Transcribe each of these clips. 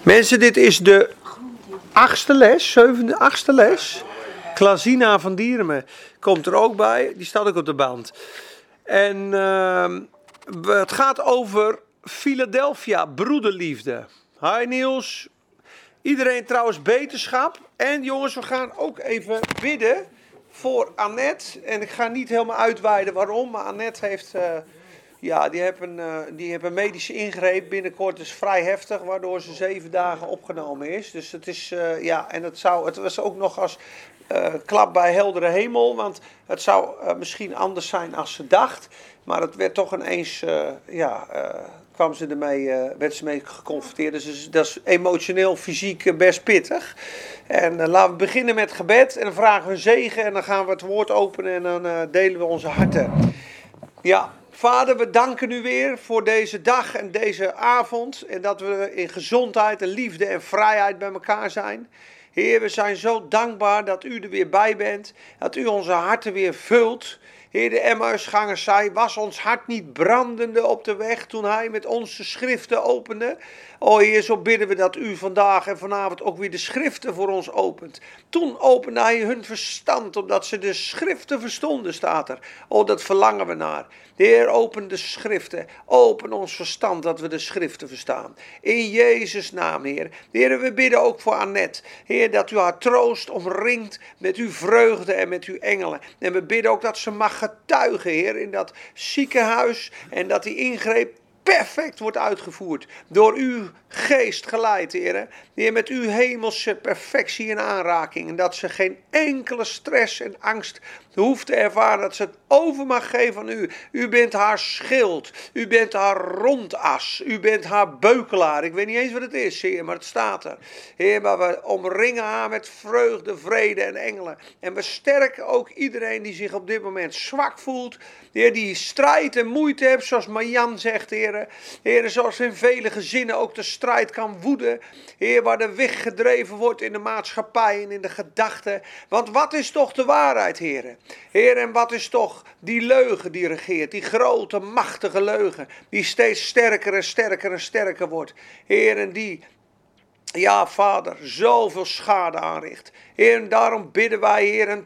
Mensen, dit is de 8e les, 8e les. Klasina van Dierenme komt er ook bij, die staat ook op de band. En het gaat over Philadelphia, broederliefde. Hi Niels, iedereen trouwens beterschap. En jongens, we gaan ook even bidden voor Annette. En ik ga niet helemaal uitweiden waarom, maar Annette heeft... die hebben een medische ingreep binnenkort, is vrij heftig, waardoor ze 7 dagen opgenomen is. Dus het is, het was ook nog als klap bij heldere hemel, want het zou misschien anders zijn als ze dacht. Maar het werd toch ineens, werd ze mee geconfronteerd. Dus dat is emotioneel, fysiek best pittig. En laten we beginnen met gebed en dan vragen we een zegen en dan gaan we het woord openen en dan delen we onze harten. Ja. Vader, we danken u weer voor deze dag en deze avond. En dat we in gezondheid en liefde en vrijheid bij elkaar zijn. Heer, we zijn zo dankbaar dat u er weer bij bent. Dat u onze harten weer vult. Heer, de Emmausgangers zei, was ons hart niet brandende op de weg toen hij met ons de schriften opende? O Heer, zo bidden we dat u vandaag en vanavond ook weer de schriften voor ons opent. Toen opende hij hun verstand, omdat ze de schriften verstonden, staat er. O, dat verlangen we naar. De Heer, open de schriften. Open ons verstand dat we de schriften verstaan. In Jezus' naam, Heer. Heer, we bidden ook voor Annette. Heer, dat u haar troost omringt met uw vreugde en met uw engelen. En we bidden ook dat ze mag getuigen, Heer, in dat ziekenhuis. En dat die ingreep perfect wordt uitgevoerd. Door uw geest geleid, Heer. Heer, met uw hemelse perfectie in aanraking. En dat ze geen enkele stress en angst hoeft te ervaren. Dat ze het over mag geven aan u. U bent haar schild. U bent haar rondas. U bent haar beukelaar. Ik weet niet eens wat het is, Heer, maar het staat er. Heer, maar we omringen haar met vreugde, vrede en engelen. En we sterken ook iedereen die zich op dit moment zwak voelt. Heer, die strijd en moeite heeft, zoals Marjan zegt, Heer. Heer, zoals in vele gezinnen ook de strijd kan woeden. Heer, waar de weg gedreven wordt in de maatschappij en in de gedachten. Want wat is toch de waarheid, Heer? Heer, en wat is toch die leugen die regeert? Die grote, machtige leugen. Die steeds sterker en sterker en sterker wordt. Heer, en die... Ja, Vader, zoveel schade aanricht. Heer, en daarom bidden wij, Heer, een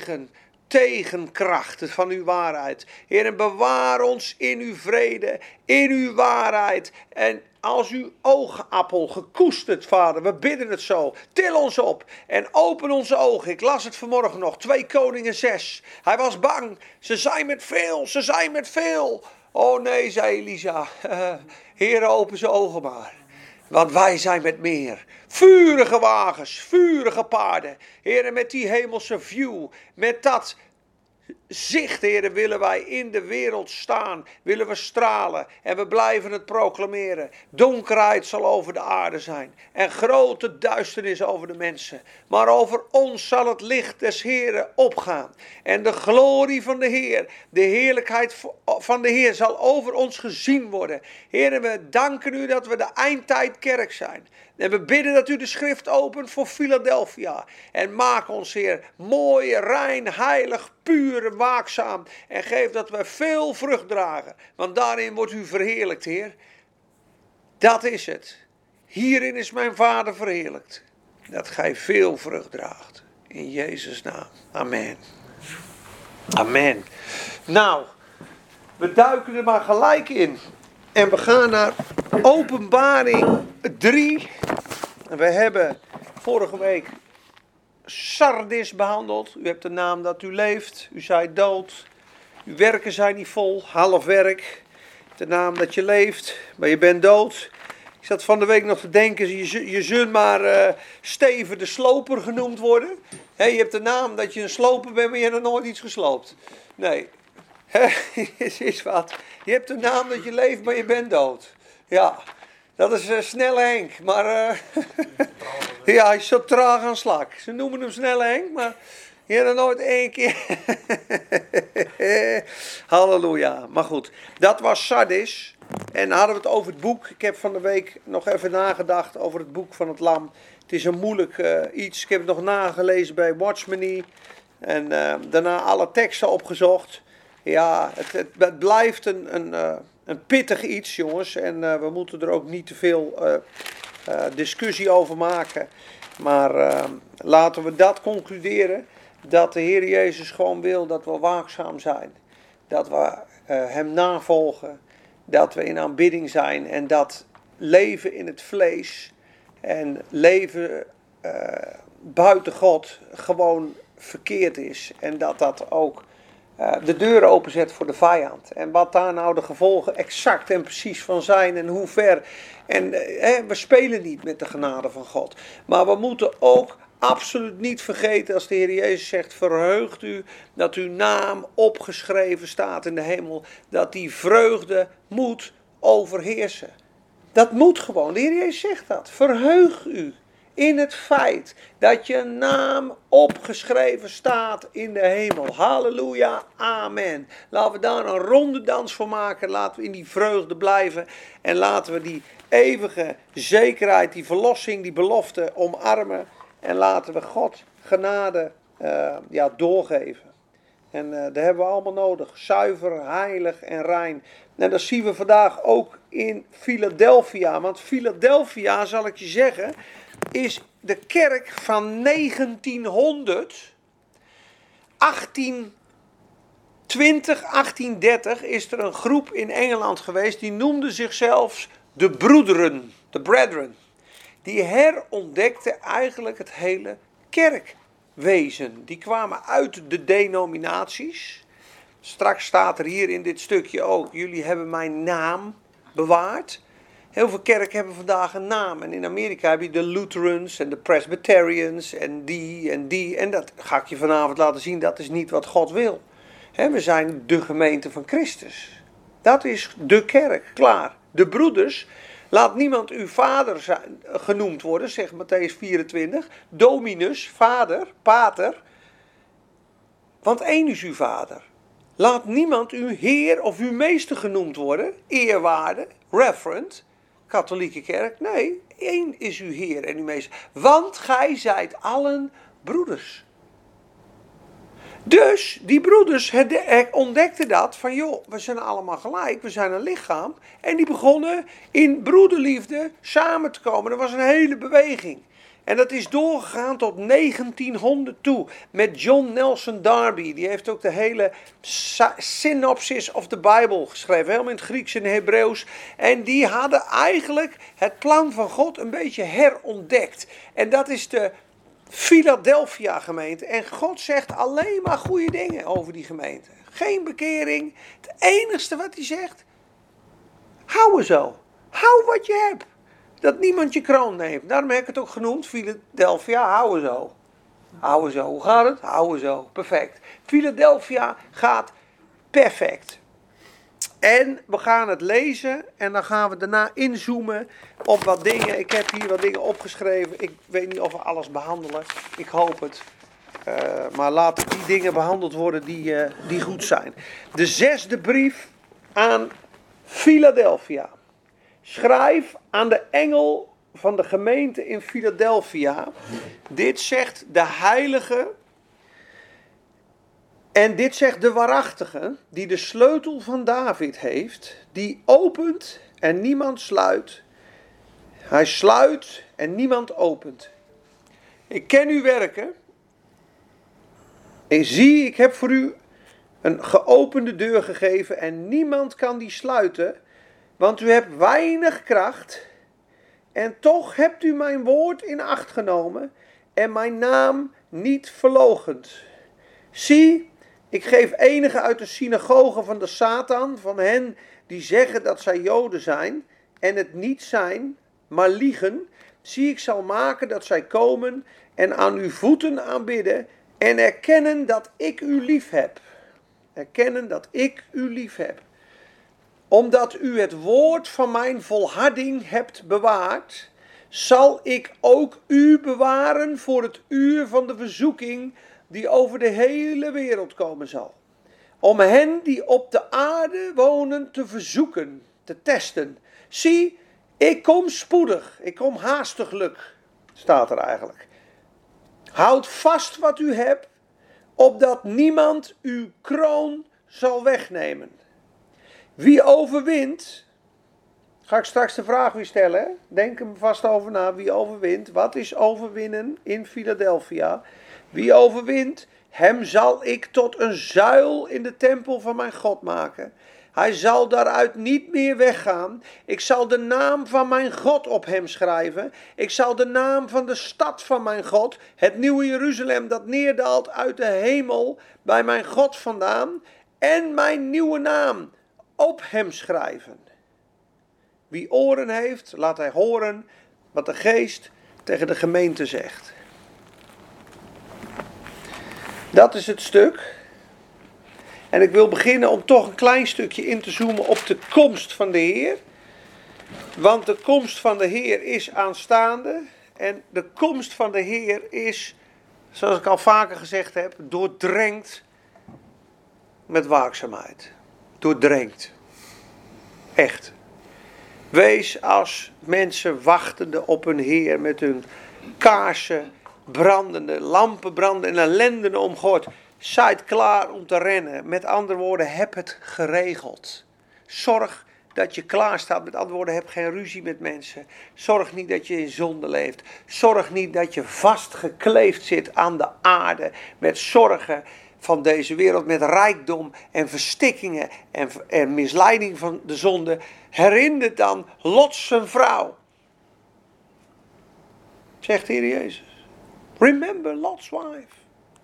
tegenkracht van uw waarheid. Heer, en bewaar ons in uw vrede, in uw waarheid. En als uw oogappel gekoesterd, Vader, we bidden het zo. Til ons op en open onze ogen. Ik las het vanmorgen nog, 2 Koningen 6. Hij was bang. Ze zijn met veel. Oh nee, zei Elisa. Heer, open zijn ogen maar. Want wij zijn met meer. Vurige wagens, vurige paarden. Heer, met die hemelse view, met dat zicht, Heer, willen wij in de wereld staan. Willen we stralen en we blijven het proclameren. Donkerheid zal over de aarde zijn. En grote duisternis over de mensen. Maar over ons zal het licht des Heeren opgaan. En de glorie van de Heer, de heerlijkheid van de Heer zal over ons gezien worden. Heer, we danken u dat we de eindtijdkerk zijn. En we bidden dat u de schrift opent voor Philadelphia. En maak ons, Heer, mooi, rein, heilig, puur en waakzaam. En geef dat we veel vrucht dragen. Want daarin wordt u verheerlijkt, Heer. Dat is het. Hierin is mijn Vader verheerlijkt. Dat gij veel vrucht draagt. In Jezus' naam. Amen. Amen. Nou, we duiken er maar gelijk in. En we gaan naar Openbaring 3. En we hebben vorige week Sardis behandeld. U hebt de naam dat u leeft. U zijt dood. Uw werken zijn niet vol. Half werk. De naam dat je leeft. Maar je bent dood. Ik zat van de week nog te denken. Je zult maar Steven de sloper genoemd worden. Je hebt de naam dat je een sloper bent. Maar je hebt nog nooit iets gesloopt. Nee. Is wat. Je hebt de naam dat je leeft, maar je bent dood. Ja, dat is Snelle Henk. Maar ja, hij is zo traag aan slag. Ze noemen hem Snelle Henk, maar je hebt er nooit 1 keer. Halleluja. Maar goed, dat was Sardis. En dan hadden we het over het boek. Ik heb van de week nog even nagedacht over het boek van het Lam. Het is een moeilijk iets. Ik heb het nog nagelezen bij Watchmeni. En daarna alle teksten opgezocht. Ja, het blijft een pittig iets, jongens. En we moeten er ook niet te veel discussie over maken. Maar laten we dat concluderen. Dat de Heer Jezus gewoon wil dat we waakzaam zijn. Dat we hem navolgen. Dat we in aanbidding zijn. En dat leven in het vlees en leven buiten God gewoon verkeerd is. En dat dat ook de deuren openzet voor de vijand. En wat daar nou de gevolgen exact en precies van zijn en hoe ver. En we spelen niet met de genade van God. Maar we moeten ook absoluut niet vergeten als de Heer Jezus zegt: verheugt u dat uw naam opgeschreven staat in de hemel. Dat die vreugde moet overheersen. Dat moet gewoon. De Heer Jezus zegt dat. Verheug u in het feit dat je naam opgeschreven staat in de hemel. Halleluja, amen. Laten we daar een ronde dans voor maken. Laten we in die vreugde blijven. En laten we die eeuwige zekerheid, die verlossing, die belofte omarmen. En laten we God genade doorgeven. En dat hebben we allemaal nodig. Zuiver, heilig en rein. En dat zien we vandaag ook in Philadelphia. Want Philadelphia, zal ik je zeggen, is de kerk van 1900. 1820, 1830 is er een groep in Engeland geweest. Die noemde zichzelf de broederen, de brethren. Die herontdekte eigenlijk het hele kerkwezen. Die kwamen uit de denominaties. Straks staat er hier in dit stukje ook: jullie hebben mijn naam bewaard. Heel veel kerken hebben vandaag een naam. En in Amerika heb je de Lutherans en de Presbyterians en die en die. En dat ga ik je vanavond laten zien, dat is niet wat God wil. We zijn de gemeente van Christus. Dat is de kerk, klaar. De broeders, laat niemand uw vader genoemd worden, zegt Mattheüs 24. Dominus, vader, pater. Want één is uw vader. Laat niemand uw heer of uw meester genoemd worden, eerwaarde, reverend, katholieke kerk. Nee, één is uw heer en uw meester. Want gij zijt allen broeders. Dus die broeders ontdekten dat van joh, we zijn allemaal gelijk, we zijn een lichaam. En die begonnen in broederliefde samen te komen. Er was een hele beweging. En dat is doorgegaan tot 1900 toe met John Nelson Darby. Die heeft ook de hele synopsis of the Bible geschreven. Helemaal in het Grieks en Hebreeuws. En die hadden eigenlijk het plan van God een beetje herontdekt. En dat is de Philadelphia gemeente. En God zegt alleen maar goede dingen over die gemeente. Geen bekering. Het enigste wat hij zegt: hou er zo. Hou wat je hebt. Dat niemand je kroon neemt. Daarom heb ik het ook genoemd, Philadelphia, hou er zo. Hou er zo. Hoe gaat het? Hou er zo. Perfect. Philadelphia gaat perfect. En we gaan het lezen en dan gaan we daarna inzoomen op wat dingen. Ik heb hier wat dingen opgeschreven. Ik weet niet of we alles behandelen. Ik hoop het. Maar laten die dingen behandeld worden die goed zijn. De 6e brief aan Philadelphia. Schrijf aan de engel van de gemeente in Philadelphia. Dit zegt de heilige en dit zegt de waarachtige, die de sleutel van David heeft, die opent en niemand sluit. Hij sluit en niemand opent. Ik ken uw werken. En zie, ik heb voor u een geopende deur gegeven en niemand kan die sluiten. Want u hebt weinig kracht en toch hebt u mijn woord in acht genomen en mijn naam niet verloochend. Zie, ik geef enigen uit de synagoge van de Satan, van hen die zeggen dat zij Joden zijn en het niet zijn, maar liegen. Zie, ik zal maken dat zij komen en aan uw voeten aanbidden en erkennen dat ik u lief heb. Erkennen dat ik u lief heb. Omdat u het woord van mijn volharding hebt bewaard, zal ik ook u bewaren voor het uur van de verzoeking die over de hele wereld komen zal. Om hen die op de aarde wonen te verzoeken, te testen. Zie, ik kom spoedig, ik kom haastiglijk, staat er eigenlijk. Houd vast wat u hebt, opdat niemand uw kroon zal wegnemen. Wie overwint, Ga ik straks de vraag weer stellen. Hè? Denk er vast over na. Wie overwint? Wat is overwinnen in Philadelphia? Wie overwint? Hem zal ik tot een zuil in de tempel van mijn God maken. Hij zal daaruit niet meer weggaan. Ik zal de naam van mijn God op hem schrijven. Ik zal de naam van de stad van mijn God, het nieuwe Jeruzalem dat neerdaalt uit de hemel bij mijn God vandaan, en mijn nieuwe naam op hem schrijven. Wie oren heeft, laat hij horen wat de Geest tegen de gemeente zegt. Dat is het stuk. En ik wil beginnen om toch een klein stukje in te zoomen op de komst van de Heer. Want de komst van de Heer is aanstaande. En de komst van de Heer is, zoals ik al vaker gezegd heb, doordrenkt met waakzaamheid. Doordrenkt. Echt. Wees als mensen wachtende op hun Heer met hun kaarsen brandende, lampen brandende en ellende omgord. Zijt klaar om te rennen. Met andere woorden, heb het geregeld. Zorg dat je klaar staat. Met andere woorden, heb geen ruzie met mensen. Zorg niet dat je in zonde leeft. Zorg niet dat je vastgekleefd zit aan de aarde. Met zorgen van deze wereld. Met rijkdom en verstikkingen en misleiding van de zonde. Herinner dan Lot zijn vrouw. Zegt de Heer Jezus. Remember Lot's wife.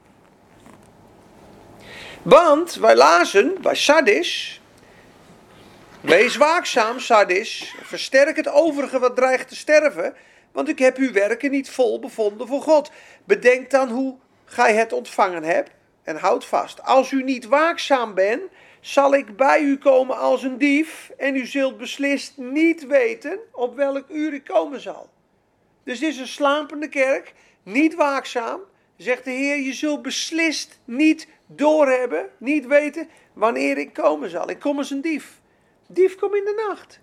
Want wij lazen bij Sardis. Wees waakzaam, Sardis. Versterk het overige wat dreigt te sterven. Want ik heb uw werken niet vol bevonden voor God. Bedenk dan hoe gij het ontvangen hebt. En houd vast. Als u niet waakzaam bent, zal ik bij u komen als een dief. En u zult beslist niet weten op welk uur ik komen zal. Dus dit is een slapende kerk. Niet waakzaam. Zegt de Heer, je zult beslist niet doorhebben, niet weten wanneer ik komen zal. Ik kom als een dief. Dief kom in de nacht.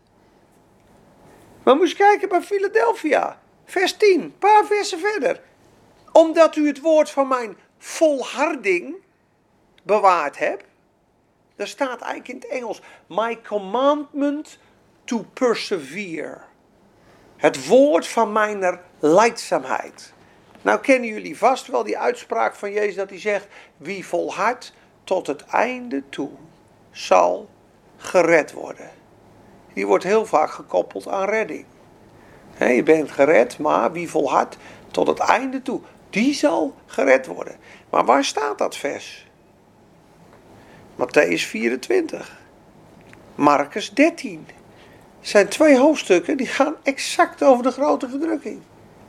Maar moet je kijken bij Philadelphia. Vers 10, een paar versen verder. Omdat u het woord van mijn volharding bewaard hebt. Daar staat eigenlijk in het Engels. My commandment to persevere. Het woord van mijn lijdzaamheid. Nou kennen jullie vast wel die uitspraak van Jezus dat hij zegt. Wie volhardt tot het einde toe zal gered worden. Die wordt heel vaak gekoppeld aan redding. Je bent gered, maar wie volhardt tot het einde toe, die zal gered worden. Maar waar staat dat vers? Matthäus 24. Marcus 13. Het zijn 2 hoofdstukken die gaan exact over de grote verdrukking.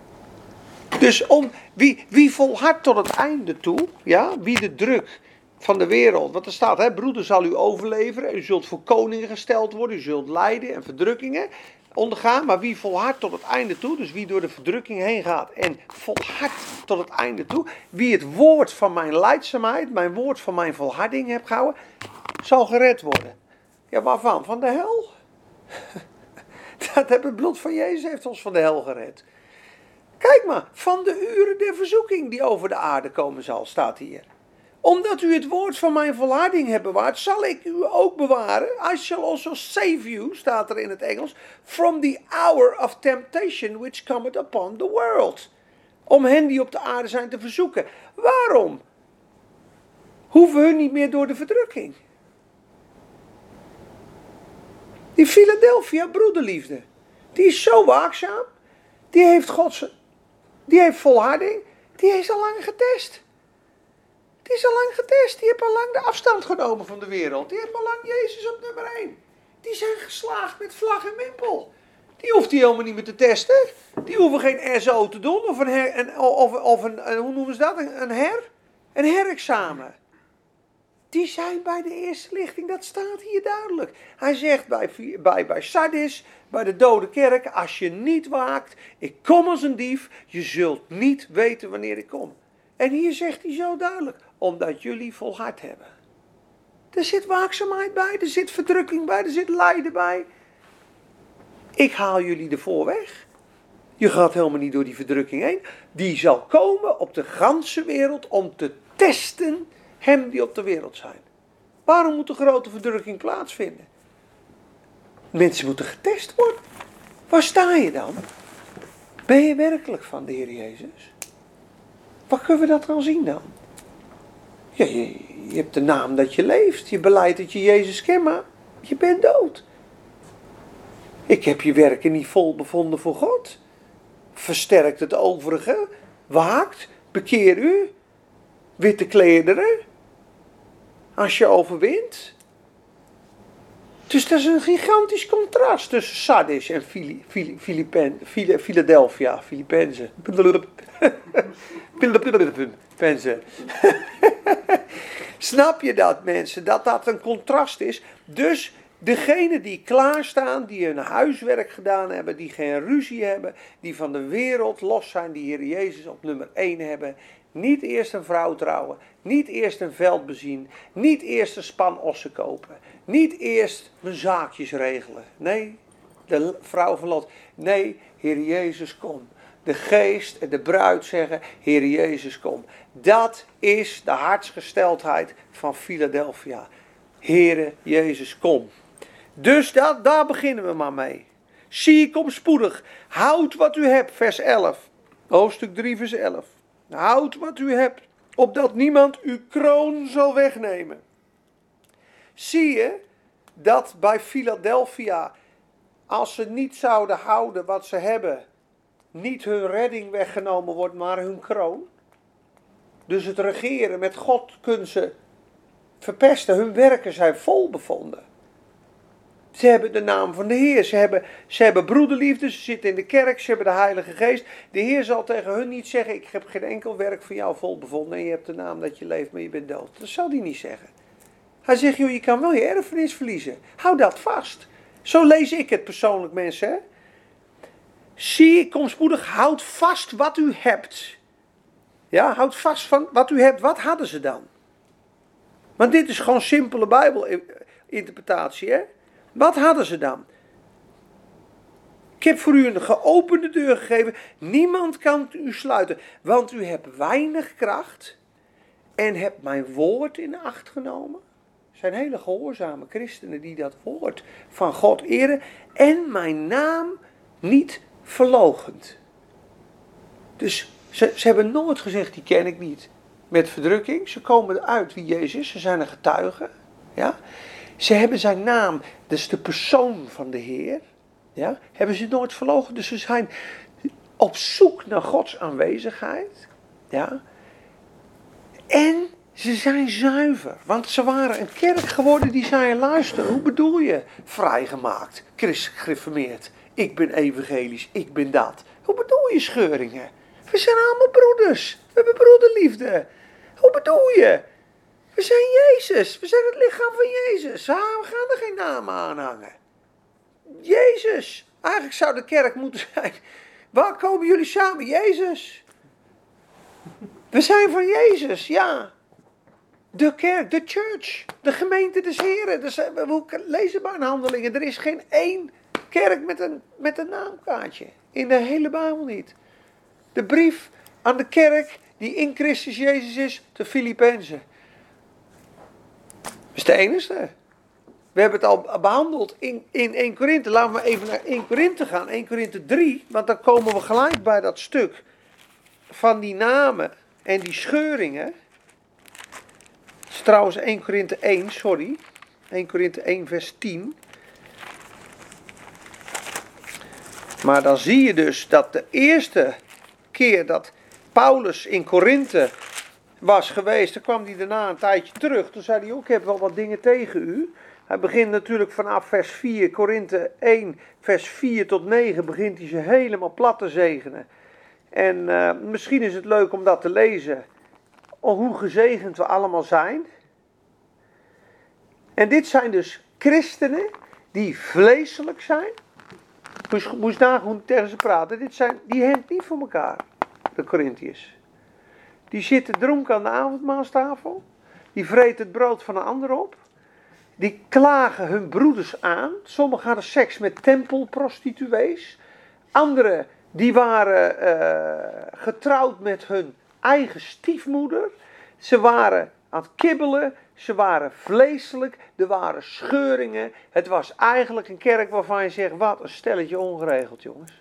Dus wie volhardt tot het einde toe, ja, wie de druk van de wereld, want er staat, broeder zal u overleveren, u zult voor koningen gesteld worden, u zult lijden en verdrukkingen ondergaan, maar wie volhardt tot het einde toe, dus wie door de verdrukking heen gaat en volhardt tot het einde toe, wie het woord van mijn lijdzaamheid, mijn woord van mijn volharding heeft gehouden, zal gered worden. Ja, waarvan? Van de hel? Dat het bloed van Jezus heeft ons van de hel gered. Kijk maar, van de uren der verzoeking die over de aarde komen zal, staat hier. Omdat u het woord van mijn volharding hebt bewaard, zal ik u ook bewaren. I shall also save you, staat er in het Engels, from the hour of temptation which cometh upon the world. Om hen die op de aarde zijn te verzoeken. Waarom? Hoeven hun niet meer door de verdrukking. Die Philadelphia broederliefde, die is zo waakzaam, die heeft volharding, die is al lang getest. Die is al lang getest, die heeft al lang de afstand genomen van de wereld. Die heeft al lang Jezus op nummer 1. Die zijn geslaagd met vlag en wimpel. Die hoeft hij helemaal niet meer te testen. Die hoeven geen SO te doen of hoe noemen ze dat, een herexamen. Die zijn bij de eerste lichting, dat staat hier duidelijk. Hij zegt bij Sardis, bij de dode kerk, als je niet waakt, ik kom als een dief, je zult niet weten wanneer ik kom. En hier zegt hij zo duidelijk, omdat jullie volhard hebben. Er zit waakzaamheid bij, er zit verdrukking bij, er zit lijden bij. Ik haal jullie ervoor weg. Je gaat helemaal niet door die verdrukking heen. Die zal komen op de ganse wereld om te testen hem die op de wereld zijn. Waarom moet de grote verdrukking plaatsvinden? Mensen moeten getest worden. Waar sta je dan? Ben je werkelijk van de Heer Jezus? Waar kunnen we dat dan zien dan? Ja, je hebt de naam dat je leeft. Je beleidt dat je Jezus kent, maar je bent dood. Ik heb je werken niet vol bevonden voor God. Versterkt het overige. Waakt. Bekeer u. Witte klederen. Als je overwint. Dus dat is een gigantisch contrast tussen Sardis en Philadelphia. Filippenzen. Snap je dat, mensen? Dat dat een contrast is. Dus degenen die klaarstaan, die hun huiswerk gedaan hebben, die geen ruzie hebben, die van de wereld los zijn, die Heer Jezus op nummer 1 hebben. Niet eerst een vrouw trouwen, niet eerst een veld bezien, niet eerst een span ossen kopen, niet eerst mijn zaakjes regelen. Nee, de vrouw van Lot. Nee, Heer Jezus, kom. De geest en de bruid zeggen, Heer Jezus, kom. Dat is de hartsgesteldheid van Philadelphia. Heere Jezus, kom. Dus daar beginnen we maar mee. Zie, ik kom spoedig. Houd wat u hebt, vers 11. Hoofdstuk 3, vers 11. Houd wat u hebt, opdat niemand uw kroon zal wegnemen. Zie je dat bij Philadelphia, als ze niet zouden houden wat ze hebben, niet hun redding weggenomen wordt, maar hun kroon? Dus het regeren met God kunnen ze verpesten. Hun werken zijn vol bevonden. Ze hebben de naam van de Heer. Ze hebben broederliefde. Ze zitten in de kerk. Ze hebben de Heilige Geest. De Heer zal tegen hun niet zeggen, ik heb geen enkel werk van jou vol bevonden. En je hebt de naam dat je leeft, maar je bent dood. Dat zal hij niet zeggen. Hij zegt, joh, je kan wel je erfenis verliezen. Hou dat vast. Zo lees ik het persoonlijk, mensen. Hè? Zie, ik kom spoedig. Houd vast wat u hebt. Ja, houd vast van wat u hebt. Wat hadden ze dan? Want dit is gewoon simpele Bijbelinterpretatie, hè? Wat hadden ze dan? Ik heb voor u een geopende deur gegeven. Niemand kan u sluiten. Want u hebt weinig kracht. En hebt mijn woord in acht genomen. Er zijn hele gehoorzame christenen die dat woord van God eren. En mijn naam niet verloochend. Dus ze hebben nooit gezegd, die ken ik niet. Met verdrukking. Ze komen uit wie Jezus is. Ze zijn een getuige. Ja. Ze hebben zijn naam, dus de persoon van de Heer, ja, hebben ze nooit verloochend. Dus ze zijn op zoek naar Gods aanwezigheid. Ja. En ze zijn zuiver. Want ze waren een kerk geworden die zei, luister, hoe bedoel je vrijgemaakt, christelijk gereformeerd? Ik ben evangelisch, ik ben dat. Hoe bedoel je scheuringen? We zijn allemaal broeders. We hebben broederliefde. Hoe bedoel je? We zijn Jezus. We zijn het lichaam van Jezus. We gaan er geen naam aan hangen. Jezus. Eigenlijk zou de kerk moeten zijn. Waar komen jullie samen? Jezus. We zijn van Jezus, ja. De kerk, de church. De gemeente des Heren. We lezen bij Handelingen. Er is geen één kerk met een naamkaartje. In de hele Bijbel niet. De brief aan de kerk die in Christus Jezus is, de Filippenzen. Dat is de enige. We hebben het al behandeld in 1 Korinthe. Laten we even naar 1 Korinthe gaan. 1 Korinthe 3. Want dan komen we gelijk bij dat stuk van die namen en die scheuringen. Het is trouwens 1 Korinthe 1, sorry. 1 Korinthe 1 vers 10. Maar dan zie je dus dat de eerste keer dat Paulus in Korinthe was geweest, dan kwam hij daarna een tijdje terug. Toen zei hij, ik heb wel wat dingen tegen u. Hij begint natuurlijk vanaf vers 4, Korinthe 1, vers 4 tot 9, begint hij ze helemaal plat te zegenen. En misschien is het leuk om dat te lezen, hoe gezegend we allemaal zijn. En dit zijn dus christenen die vleeselijk zijn. Moest nagaan hoe tegen ze praten. Die hebben het niet voor elkaar, de Korinthiërs. Die zitten dronken aan de avondmaalstafel. Die vreten het brood van een ander op. Die klagen hun broeders aan. Sommigen hadden seks met tempelprostituees. Anderen die waren getrouwd met hun eigen stiefmoeder. Ze waren aan het kibbelen. Ze waren vleeselijk, er waren scheuringen. Het was eigenlijk een kerk waarvan je zegt, wat een stelletje ongeregeld, jongens.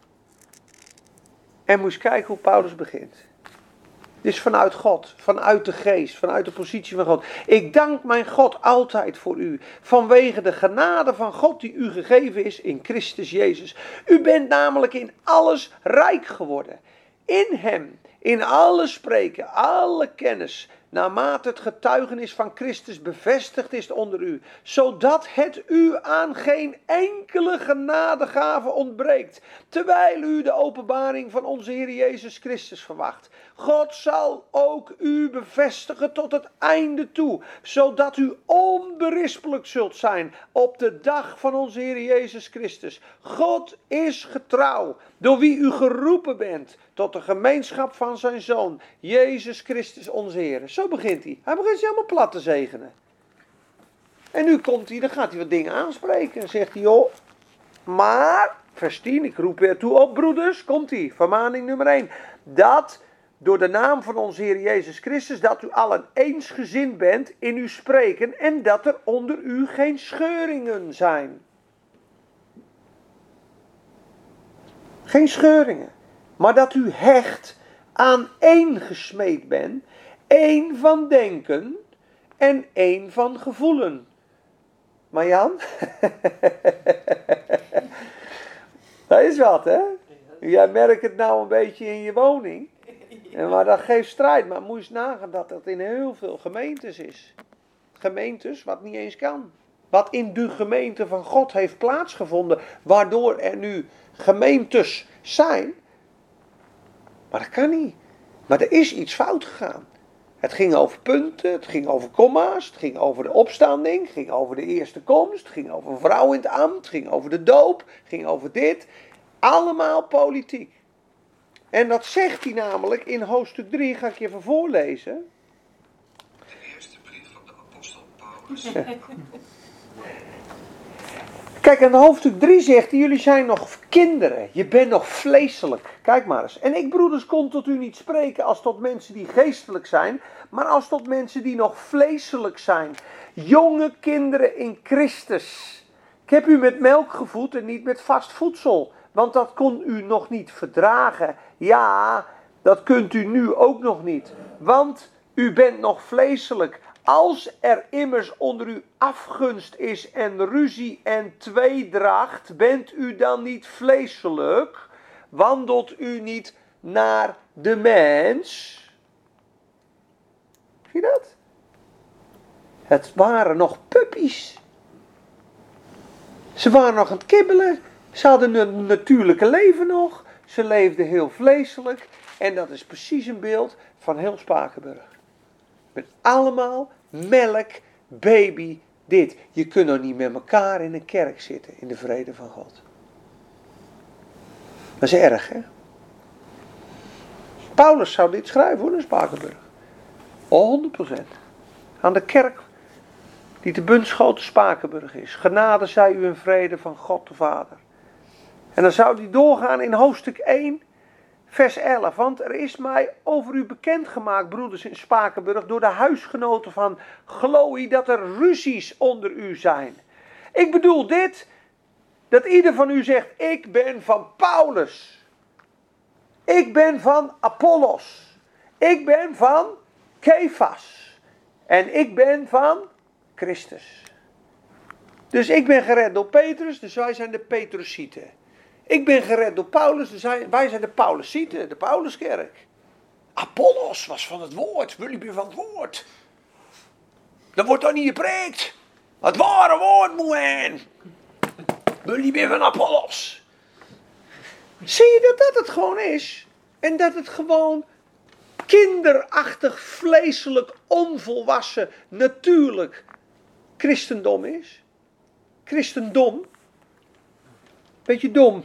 En moest kijken hoe Paulus begint. Dus vanuit God, vanuit de geest, vanuit de positie van God. Ik dank mijn God altijd voor u, vanwege de genade van God die u gegeven is in Christus Jezus. U bent namelijk in alles rijk geworden. In hem, in alle spreken, alle kennis, naarmate het getuigenis van Christus bevestigd is onder u, zodat het u aan geen enkele genadegave ontbreekt, terwijl u de openbaring van onze Heer Jezus Christus verwacht. God zal ook u bevestigen tot het einde toe, zodat u onberispelijk zult zijn op de dag van onze Heer Jezus Christus. God is getrouw, door wie u geroepen bent tot de gemeenschap van zijn Zoon, Jezus Christus onze Heer. Zo begint hij. Hij begint ze helemaal plat te zegenen. En nu komt hij, dan gaat hij wat dingen aanspreken. En zegt hij, joh, maar, vers 10, ik roep weer toe op, broeders, komt hij, vermaning nummer 1. Dat door de naam van onze Heer Jezus Christus, dat u allen eensgezind bent in uw spreken en dat er onder u geen scheuringen zijn. Geen scheuringen. Maar dat u hecht aan één gesmeed bent, één van denken en één van gevoelen. Maar Jan, dat is wat, hè? Jij merkt het nou een beetje in je woning. Maar dat geeft strijd. Maar moet je eens nagaan dat dat in heel veel gemeentes is. Gemeentes wat niet eens kan. Wat in de gemeente van God heeft plaatsgevonden, waardoor er nu gemeentes zijn. Maar dat kan niet. Maar er is iets fout gegaan. Het ging over punten, het ging over komma's, het ging over de opstanding, het ging over de eerste komst, het ging over een vrouw in het ambt, het ging over de doop, het ging over dit. Allemaal politiek. En dat zegt hij namelijk in hoofdstuk 3, ga ik je even voorlezen. De eerste brief van de apostel Paulus. Kijk, in hoofdstuk 3 zegt hij, jullie zijn nog kinderen, je bent nog vleeselijk. Kijk maar eens. En ik, broeders, kon tot u niet spreken als tot mensen die geestelijk zijn, maar als tot mensen die nog vleeselijk zijn. Jonge kinderen in Christus. Ik heb u met melk gevoed en niet met vast voedsel, want dat kon u nog niet verdragen. Ja, dat kunt u nu ook nog niet, want u bent nog vleeselijk. Als er immers onder u afgunst is en ruzie en tweedracht, bent u dan niet vleeselijk? Wandelt u niet naar de mens? Zie je dat? Het waren nog puppies. Ze waren nog aan het kibbelen. Ze hadden een natuurlijke leven nog. Ze leefden heel vleeselijk. En dat is precies een beeld van heel Spakenburg. Met allemaal melk, baby, dit. Je kunt nog niet met elkaar in een kerk zitten in de vrede van God. Dat is erg, hè? Paulus zou dit schrijven hoor, in Spakenburg. 100%. Aan de kerk die de Bunschoten Spakenburg is. Genade zij u in vrede van God de Vader. En dan zou die doorgaan in hoofdstuk 1, vers 11. Want er is mij over u bekendgemaakt, broeders in Spakenburg, door de huisgenoten van Chloe, dat er ruzies onder u zijn. Ik bedoel dit, dat ieder van u zegt, ik ben van Paulus. Ik ben van Apollos. Ik ben van Kefas. En ik ben van Christus. Dus ik ben gered door Petrus, dus wij zijn de Petrusieten. Ik ben gered door Paulus, dus wij zijn de Paulusieten, de Pauluskerk. Apollos was van het woord, jullie zijn van het woord. Dat wordt dan niet gepreekt. Het ware woord moet zijn. Jullie zijn van Apollos. Zie je dat het gewoon is? En dat het gewoon kinderachtig, vleeselijk, onvolwassen, natuurlijk christendom is? Christendom. Beetje dom.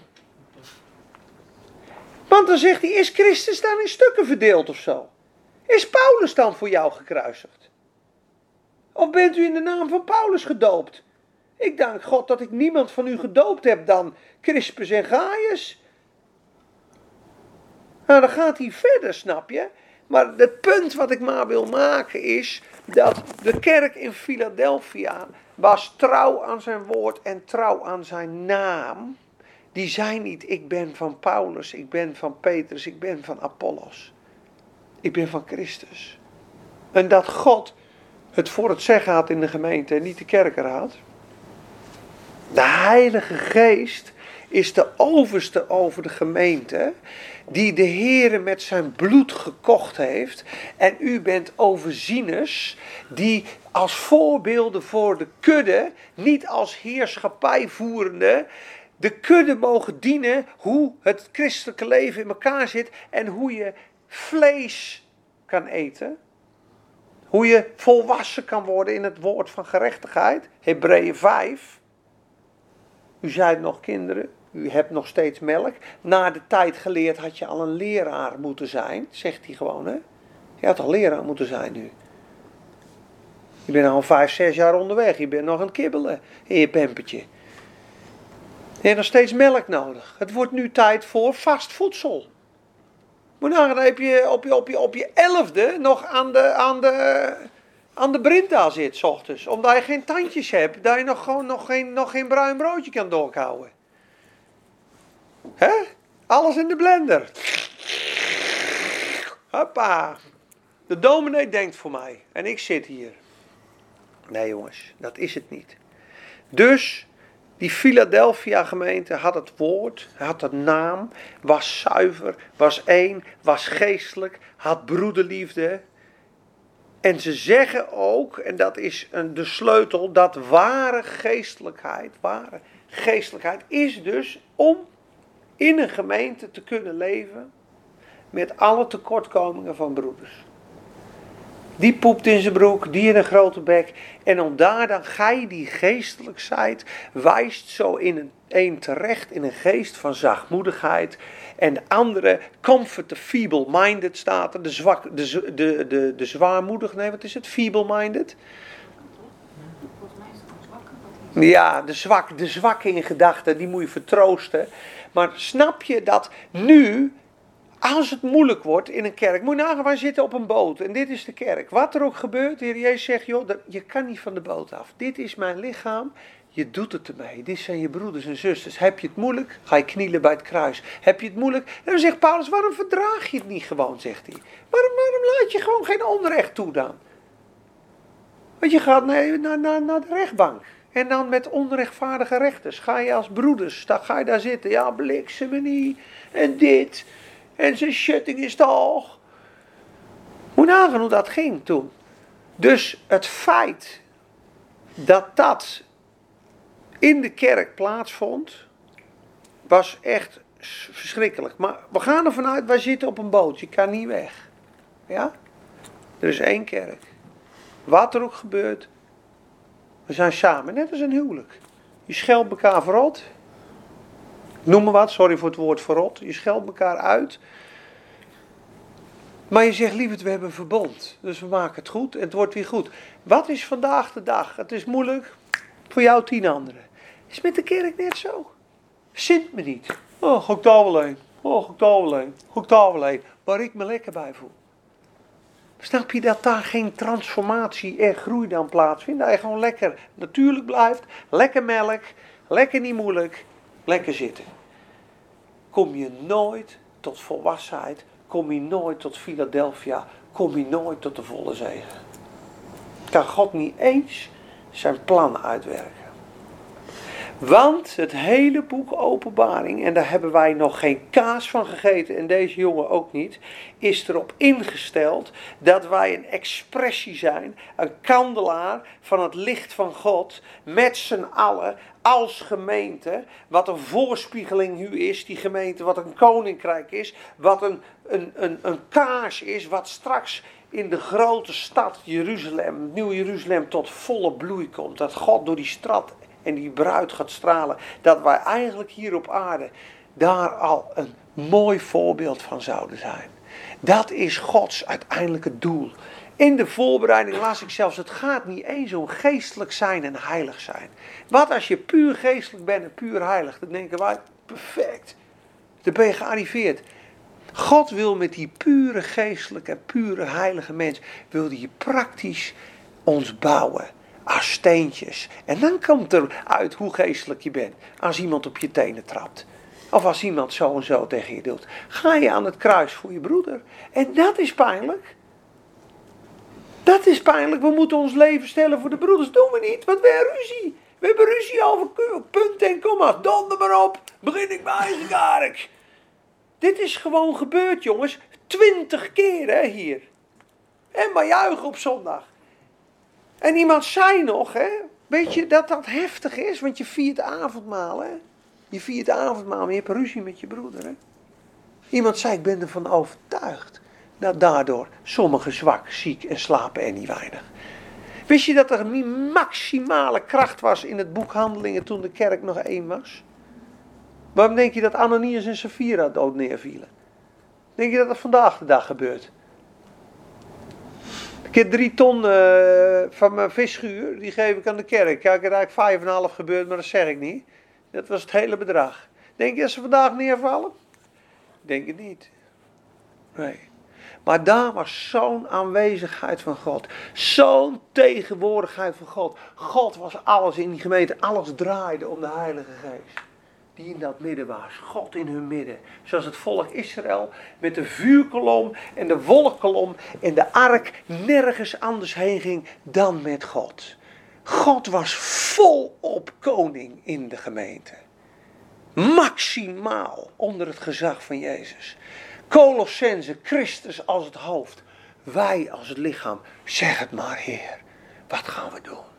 Want dan zegt hij, is Christus dan in stukken verdeeld of zo? Is Paulus dan voor jou gekruisigd? Of bent u in de naam van Paulus gedoopt? Ik dank God dat ik niemand van u gedoopt heb dan Crispus en Gaius. Nou, dan gaat hij verder, snap je? Maar het punt wat ik maar wil maken is dat de kerk in Philadelphia was trouw aan zijn woord en trouw aan zijn naam. Die zei niet, ik ben van Paulus, ik ben van Petrus, ik ben van Apollos. Ik ben van Christus. En dat God het voor het zeggen had in de gemeente en niet de kerkenraad. De Heilige Geest is de overste over de gemeente, die de Heere met zijn bloed gekocht heeft. En u bent overzieners, die als voorbeelden voor de kudde, niet als heerschappijvoerende, de kudde mogen dienen hoe het christelijke leven in elkaar zit en hoe je vlees kan eten. Hoe je volwassen kan worden in het woord van gerechtigheid. Hebreeën 5. U zijt nog kinderen, u hebt nog steeds melk. Na de tijd geleerd had je al een leraar moeten zijn, zegt hij gewoon, hè. Je had al leraar moeten zijn nu. Je bent al 5, 6 jaar onderweg, je bent nog aan het kibbelen in je pempertje. Je hebt nog steeds melk nodig. Het wordt nu tijd voor vast voedsel. Moet nagaan, dan heb je op je 11e nog aan de brinta zit, 's ochtends. Omdat je geen tandjes hebt, dat je nog geen bruin broodje kan doorkouwen. Hè? Alles in de blender. Hoppa. De dominee denkt voor mij. En ik zit hier. Nee jongens, dat is het niet. Dus die Philadelphia gemeente had het woord, had de naam, was zuiver, was één, was geestelijk, had broederliefde. En ze zeggen ook, en dat is de sleutel, dat ware geestelijkheid is dus om in een gemeente te kunnen leven met alle tekortkomingen van broeders. Die poept in zijn broek, die in een grote bek. En om daar dan gij die geestelijk zijt, wijst zo in een terecht in een geest van zachtmoedigheid. En de andere, comfort the feeble-minded staat er, de zwaarmoedig, nee wat is het, feeble-minded? Ja, de zwakke in gedachten, die moet je vertroosten. Maar snap je dat nu, als het moeilijk wordt in een kerk, moet je nagaan, wij zitten op een boot en dit is de kerk. Wat er ook gebeurt, de Heer Jezus zegt, joh, je kan niet van de boot af. Dit is mijn lichaam, je doet het ermee. Dit zijn je broeders en zusters. Heb je het moeilijk, ga je knielen bij het kruis. Heb je het moeilijk, en dan zegt Paulus, waarom verdraag je het niet gewoon, zegt hij. Waarom laat je gewoon geen onrecht toe dan? Want je gaat naar de rechtbank. En dan met onrechtvaardige rechters ga je als broeders, dan ga je daar zitten. Ja, bliksem me niet. En dit. En zijn shutting is toch. Moet nagaan hoe dat ging toen. Dus het feit dat in de kerk plaatsvond, was echt verschrikkelijk. Maar we gaan ervan uit, wij zitten op een boot. Je kan niet weg. Ja? Er is één kerk. Wat er ook gebeurt, we zijn samen, net als een huwelijk. Je scheldt elkaar verrot. Noem maar wat, sorry voor het woord verrot. Je scheldt elkaar uit. Maar je zegt, lieverd, we hebben een verbond. Dus we maken het goed en het wordt weer goed. Wat is vandaag de dag? Het is moeilijk voor jou 10 anderen. Is met de kerk net zo. Sint me niet. Oh, ga ik daar wel heen. Oh, ga ik daar wel heen. Ga ik daar wel heen. Waar ik me lekker bij voel. Snap je dat daar geen transformatie en groei dan plaatsvindt? Dat je gewoon lekker natuurlijk blijft. Lekker melk. Lekker niet moeilijk. Lekker zitten. Kom je nooit tot volwassenheid. Kom je nooit tot Philadelphia. Kom je nooit tot de volle zegen. Kan God niet eens zijn plan uitwerken. Want het hele boek Openbaring, en daar hebben wij nog geen kaas van gegeten, en deze jongen ook niet, is erop ingesteld dat wij een expressie zijn, een kandelaar van het licht van God, met z'n allen, als gemeente, wat een voorspiegeling nu is, die gemeente, wat een koninkrijk is, wat een kaars is, wat straks in de grote stad Jeruzalem, Nieuw Jeruzalem, tot volle bloei komt. Dat God door die stad en die bruid gaat stralen. Dat wij eigenlijk hier op aarde daar al een mooi voorbeeld van zouden zijn. Dat is Gods uiteindelijke doel. In de voorbereiding las ik zelfs, het gaat niet eens om geestelijk zijn en heilig zijn. Wat als je puur geestelijk bent en puur heilig, dan denken wij, perfect. Dan ben je gearriveerd. God wil met die pure geestelijke en pure heilige mens, wil die praktisch ons bouwen. Als steentjes. En dan komt er uit hoe geestelijk je bent. Als iemand op je tenen trapt. Of als iemand zo en zo tegen je doet. Ga je aan het kruis voor je broeder. En dat is pijnlijk. Dat is pijnlijk. We moeten ons leven stellen voor de broeders. Doen we niet, want we hebben ruzie. We hebben ruzie over punten en komma's. Donder maar op. Begin ik mijn eigen kark. Dit is gewoon gebeurd, jongens. 20 keer hè, hier. En maar juichen op zondag. En iemand zei nog, hè, weet je dat dat heftig is? Want je viert avondmaal, hè. Je viert avondmaal, maar je hebt ruzie met je broeder, hè. Iemand zei, ik ben ervan overtuigd dat daardoor sommigen zwak, ziek en slapen en niet weinig. Wist je dat er een maximale kracht was in het boek Handelingen toen de kerk nog één was? Waarom denk je dat Ananias en Sapphira dood neervielen? Denk je dat dat vandaag de dag gebeurt? Ik heb 3 ton van mijn visschuur, die geef ik aan de kerk. Ja, ik heb eigenlijk 5,5 gebeurd, maar dat zeg ik niet. Dat was het hele bedrag. Denk je dat ze vandaag neervallen? Denk het niet. Nee. Maar daar was zo'n aanwezigheid van God. Zo'n tegenwoordigheid van God. God was alles in die gemeente. Alles draaide om de Heilige Geest. Die in dat midden was. God in hun midden. Zoals het volk Israël met de vuurkolom en de wolkkolom en de ark nergens anders heen ging dan met God. God was volop koning in de gemeente. Maximaal onder het gezag van Jezus. Colossense, Christus als het hoofd. Wij als het lichaam. Zeg het maar, Heer. Wat gaan we doen?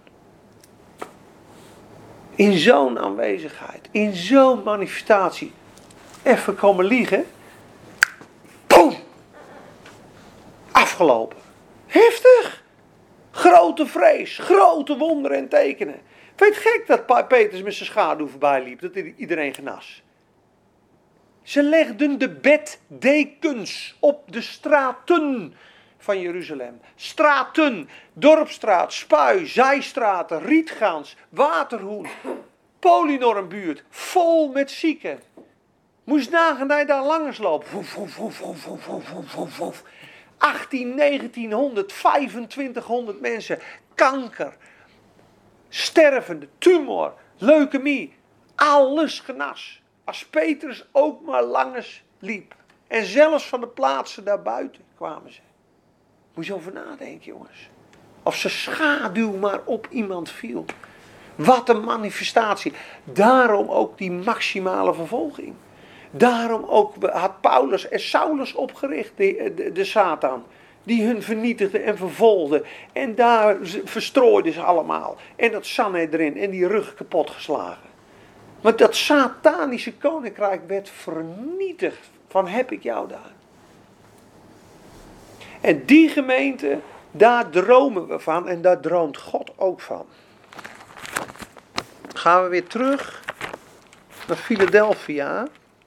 In zo'n aanwezigheid. In zo'n manifestatie. Even komen liegen. Boom! Afgelopen. Heftig. Grote vrees. Grote wonderen en tekenen. Vind je het gek dat Petrus met zijn schaduw voorbij liep? Dat iedereen genas. Ze legden de beddekens op de straten van Jeruzalem. Straten, Dorpstraat, Spui, Zijstraten, Rietgaans, Waterhoen, Polynormbuurt, vol met zieken. Moest nagaan dat je daar langs loopt. 18, 1900, 2500 mensen. Kanker, stervende, tumor, leukemie. Alles genas. Als Petrus ook maar langs liep. En zelfs van de plaatsen daarbuiten kwamen ze. Moet je over nadenken, jongens. Of zijn schaduw maar op iemand viel. Wat een manifestatie. Daarom ook die maximale vervolging. Daarom ook had Paulus en Saulus opgericht, de Satan. Die hun vernietigde en vervolgde. En daar verstrooiden ze allemaal. En dat Sanhedrin en die rug kapot geslagen. Want dat satanische koninkrijk werd vernietigd. Van heb ik jou daar. En die gemeente, daar dromen we van. En daar droomt God ook van. Gaan we weer terug naar Philadelphia.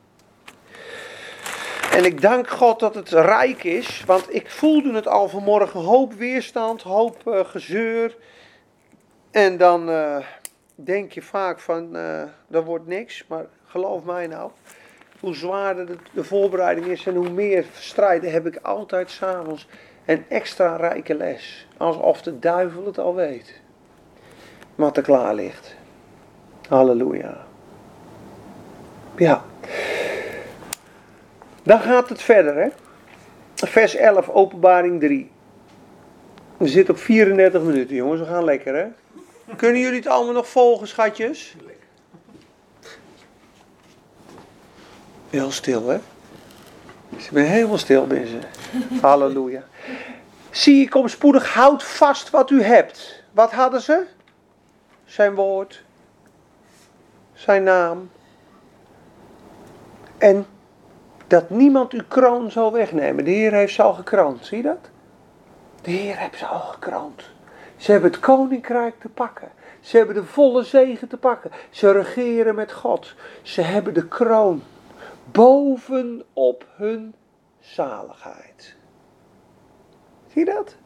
En ik dank God dat het rijk is. Want ik voelde het al vanmorgen. Hoop weerstand, hoop gezeur. En dan denk je vaak van, dat wordt niks. Maar geloof mij nou. Hoe zwaarder de voorbereiding is en hoe meer strijden heb ik altijd 's avonds een extra rijke les. Alsof de duivel het al weet. Wat er klaar ligt. Halleluja. Ja. Dan gaat het verder, hè. Vers 11, Openbaring 3. We zitten op 34 minuten, jongens. We gaan lekker, hè. Kunnen jullie het allemaal nog volgen, schatjes? Heel stil, hè. Ik ben helemaal stil, mensen. Halleluja. Zie, ik kom spoedig. Houd vast wat u hebt. Wat hadden ze? Zijn woord. Zijn naam. En dat niemand uw kroon zal wegnemen. De Heer heeft ze al gekroond. Zie je dat? De Heer heeft ze al gekroond. Ze hebben het koninkrijk te pakken. Ze hebben de volle zegen te pakken. Ze regeren met God. Ze hebben de kroon. Bovenop hun zaligheid. Zie je dat?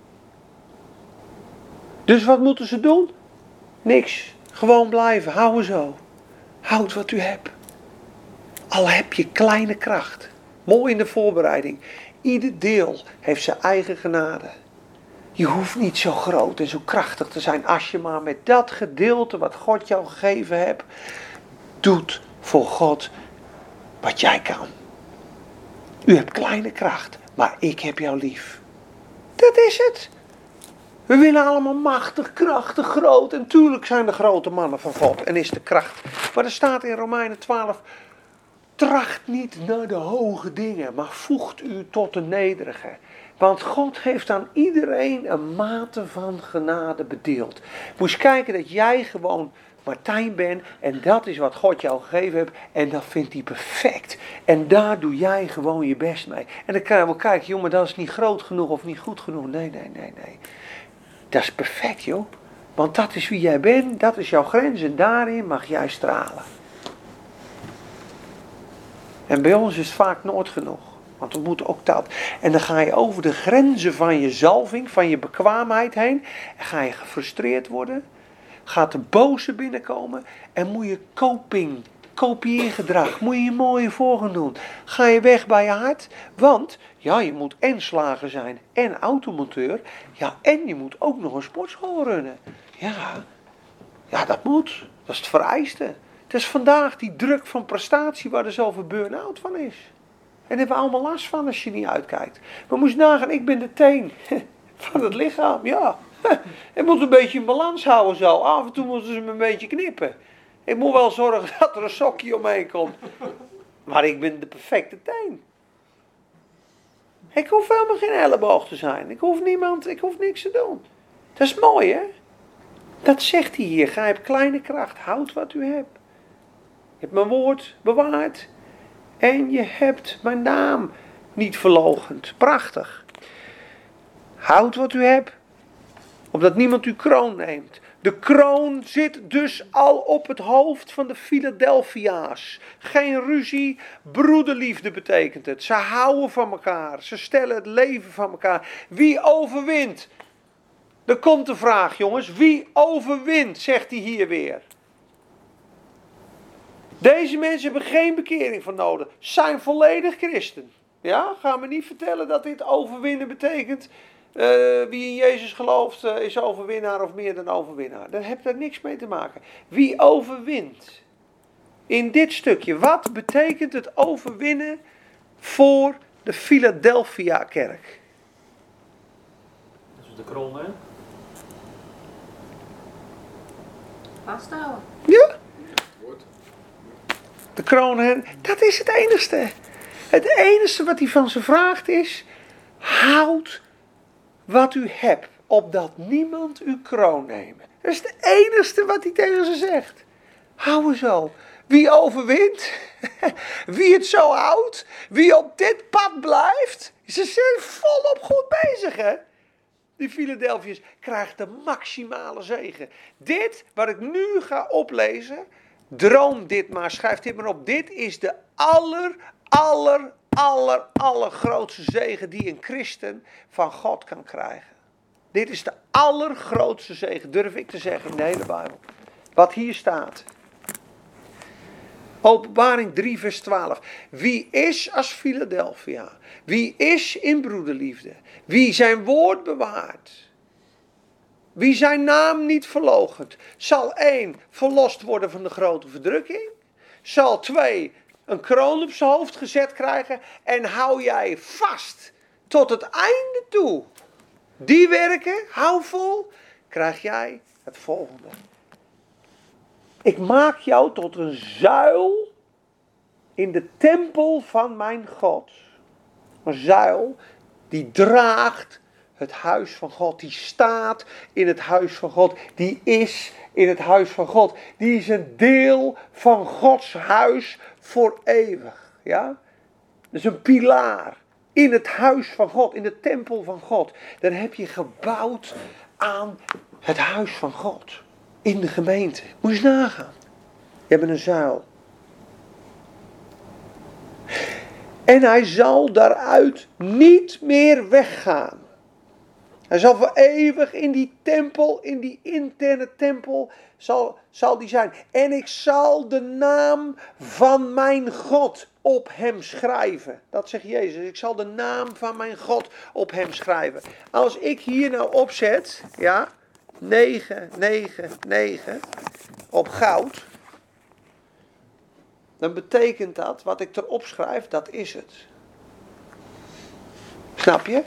Dus wat moeten ze doen? Niks. Gewoon blijven. Houden zo. Houd wat u hebt. Al heb je kleine kracht. Mooi in de voorbereiding. Ieder deel heeft zijn eigen genade. Je hoeft niet zo groot en zo krachtig te zijn als je maar met dat gedeelte wat God jou gegeven hebt, doet voor God wat jij kan. U hebt kleine kracht, maar ik heb jou lief. Dat is het. We willen allemaal machtig, krachtig, groot. En tuurlijk zijn de grote mannen van God en is de kracht. Maar er staat in Romeinen 12, tracht niet naar de hoge dingen, maar voegt u tot de nederige. Want God heeft aan iedereen een mate van genade bedeeld. Moet je kijken dat jij gewoon Martijn bent en dat is wat God jou gegeven heeft en dat vindt hij perfect. En daar doe jij gewoon je best mee. En dan kan je wel kijken, jongen, dat is niet groot genoeg of niet goed genoeg. Nee. Dat is perfect, joh. Want dat is wie jij bent, dat is jouw grens en daarin mag jij stralen. En bij ons is het vaak nooit genoeg. Want we moeten ook dat. En dan ga je over de grenzen van je zalving, van je bekwaamheid heen. En ga je gefrustreerd worden. Gaat de boze binnenkomen. En moet je kopieergedrag. Moet je je mooie voor gaan doen. Ga je weg bij je hart. Want, ja, je moet en slager zijn. En automonteur. Ja, en je moet ook nog een sportschool runnen. Ja, dat moet. Dat is het vereiste. Het is vandaag die druk van prestatie waar er zoveel burn-out van is. En daar hebben we allemaal last van als je niet uitkijkt. Maar moet je nagaan, ik ben de teen van het lichaam, ja. Ik moet een beetje in balans houden zo. Af en toe moeten ze me een beetje knippen. Ik moet wel zorgen dat er een sokje omheen komt. Maar ik ben de perfecte teen. Ik hoef helemaal geen elleboog te zijn. Ik hoef niks te doen. Dat is mooi, hè? Dat zegt hij hier. Gij hebt kleine kracht. Houd wat u hebt. Je hebt mijn woord bewaard. En je hebt mijn naam niet verloochend. Prachtig. Houd wat u hebt. Opdat niemand uw kroon neemt. De kroon zit dus al op het hoofd van de Philadelphia's. Geen ruzie, broederliefde betekent het. Ze houden van elkaar. Ze stellen het leven van elkaar. Wie overwint? Er komt de vraag, jongens. Wie overwint, zegt hij hier weer. Deze mensen hebben geen bekering van nodig. Zijn volledig christen. Ja, ga me niet vertellen dat dit overwinnen betekent. Wie in Jezus gelooft is overwinnaar of meer dan overwinnaar. Daar heeft er niks mee te maken. Wie overwint? In dit stukje, wat betekent het overwinnen voor de Philadelphia-kerk? Dat is de kroon, hè? Vasthouden. Ja. De kroon, dat is het enigste. Het enige wat hij van ze vraagt is, houd wat u hebt, opdat niemand uw kroon neemt. Dat is het enige wat hij tegen ze zegt. Hou er zo. Wie overwint, wie het zo houdt, wie op dit pad blijft, ze zijn volop goed bezig, hè. Die Philadelphiërs krijgt de maximale zegen. Dit, wat ik nu ga oplezen, droom dit maar, schrijf dit maar op. Dit is de allergrootste zegen die een christen van God kan krijgen. Dit is de allergrootste zegen, durf ik te zeggen, in de hele Bijbel. Wat hier staat. Openbaring 3 vers 12. Wie is als Philadelphia? Wie is in broederliefde? Wie zijn woord bewaart? Wie zijn naam niet verloochent? Zal 1 verlost worden van de grote verdrukking? Zal 2 een kroon op zijn hoofd gezet krijgen? En hou jij vast tot het einde toe. Die werken, hou vol, krijg jij het volgende. Ik maak jou tot een zuil in de tempel van mijn God. Een zuil die draagt het huis van God. Die staat in het huis van God. Die is in het huis van God. Die is een deel van Gods huis voor eeuwig. Ja? Dat is een pilaar in het huis van God. In de tempel van God. Dan heb je gebouwd aan het huis van God. In de gemeente. Moet je eens nagaan. Je hebt een zuil. En hij zal daaruit niet meer weggaan. Hij zal voor eeuwig in die tempel, in die interne tempel, zal die zijn. En ik zal de naam van mijn God op hem schrijven. Dat zegt Jezus. Ik zal de naam van mijn God op hem schrijven. Als ik hier nou opzet, ja, 999 op goud, dan betekent dat, wat ik erop schrijf, dat is het. Snap je?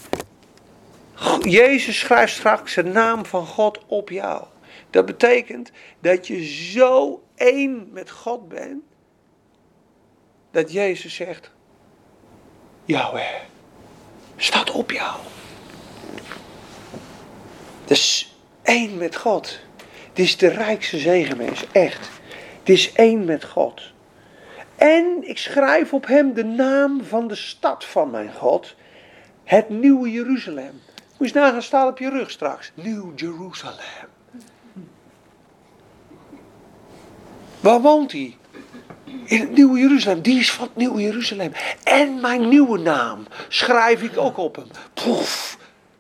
Jezus schrijft straks de naam van God op jou. Dat betekent dat je zo één met God bent, dat Jezus zegt, Yahweh, staat op jou. Dus één met God. Dit is de rijkste zegen, mensen, echt. Het is één met God. En ik schrijf op hem de naam van de stad van mijn God, het nieuwe Jeruzalem. Moet je eens nagaan, staat op je rug straks. Nieuw Jeruzalem. Waar woont hij? In het nieuwe Jeruzalem. Die is van het nieuwe Jeruzalem. En mijn nieuwe naam schrijf ik ook op hem. Poef.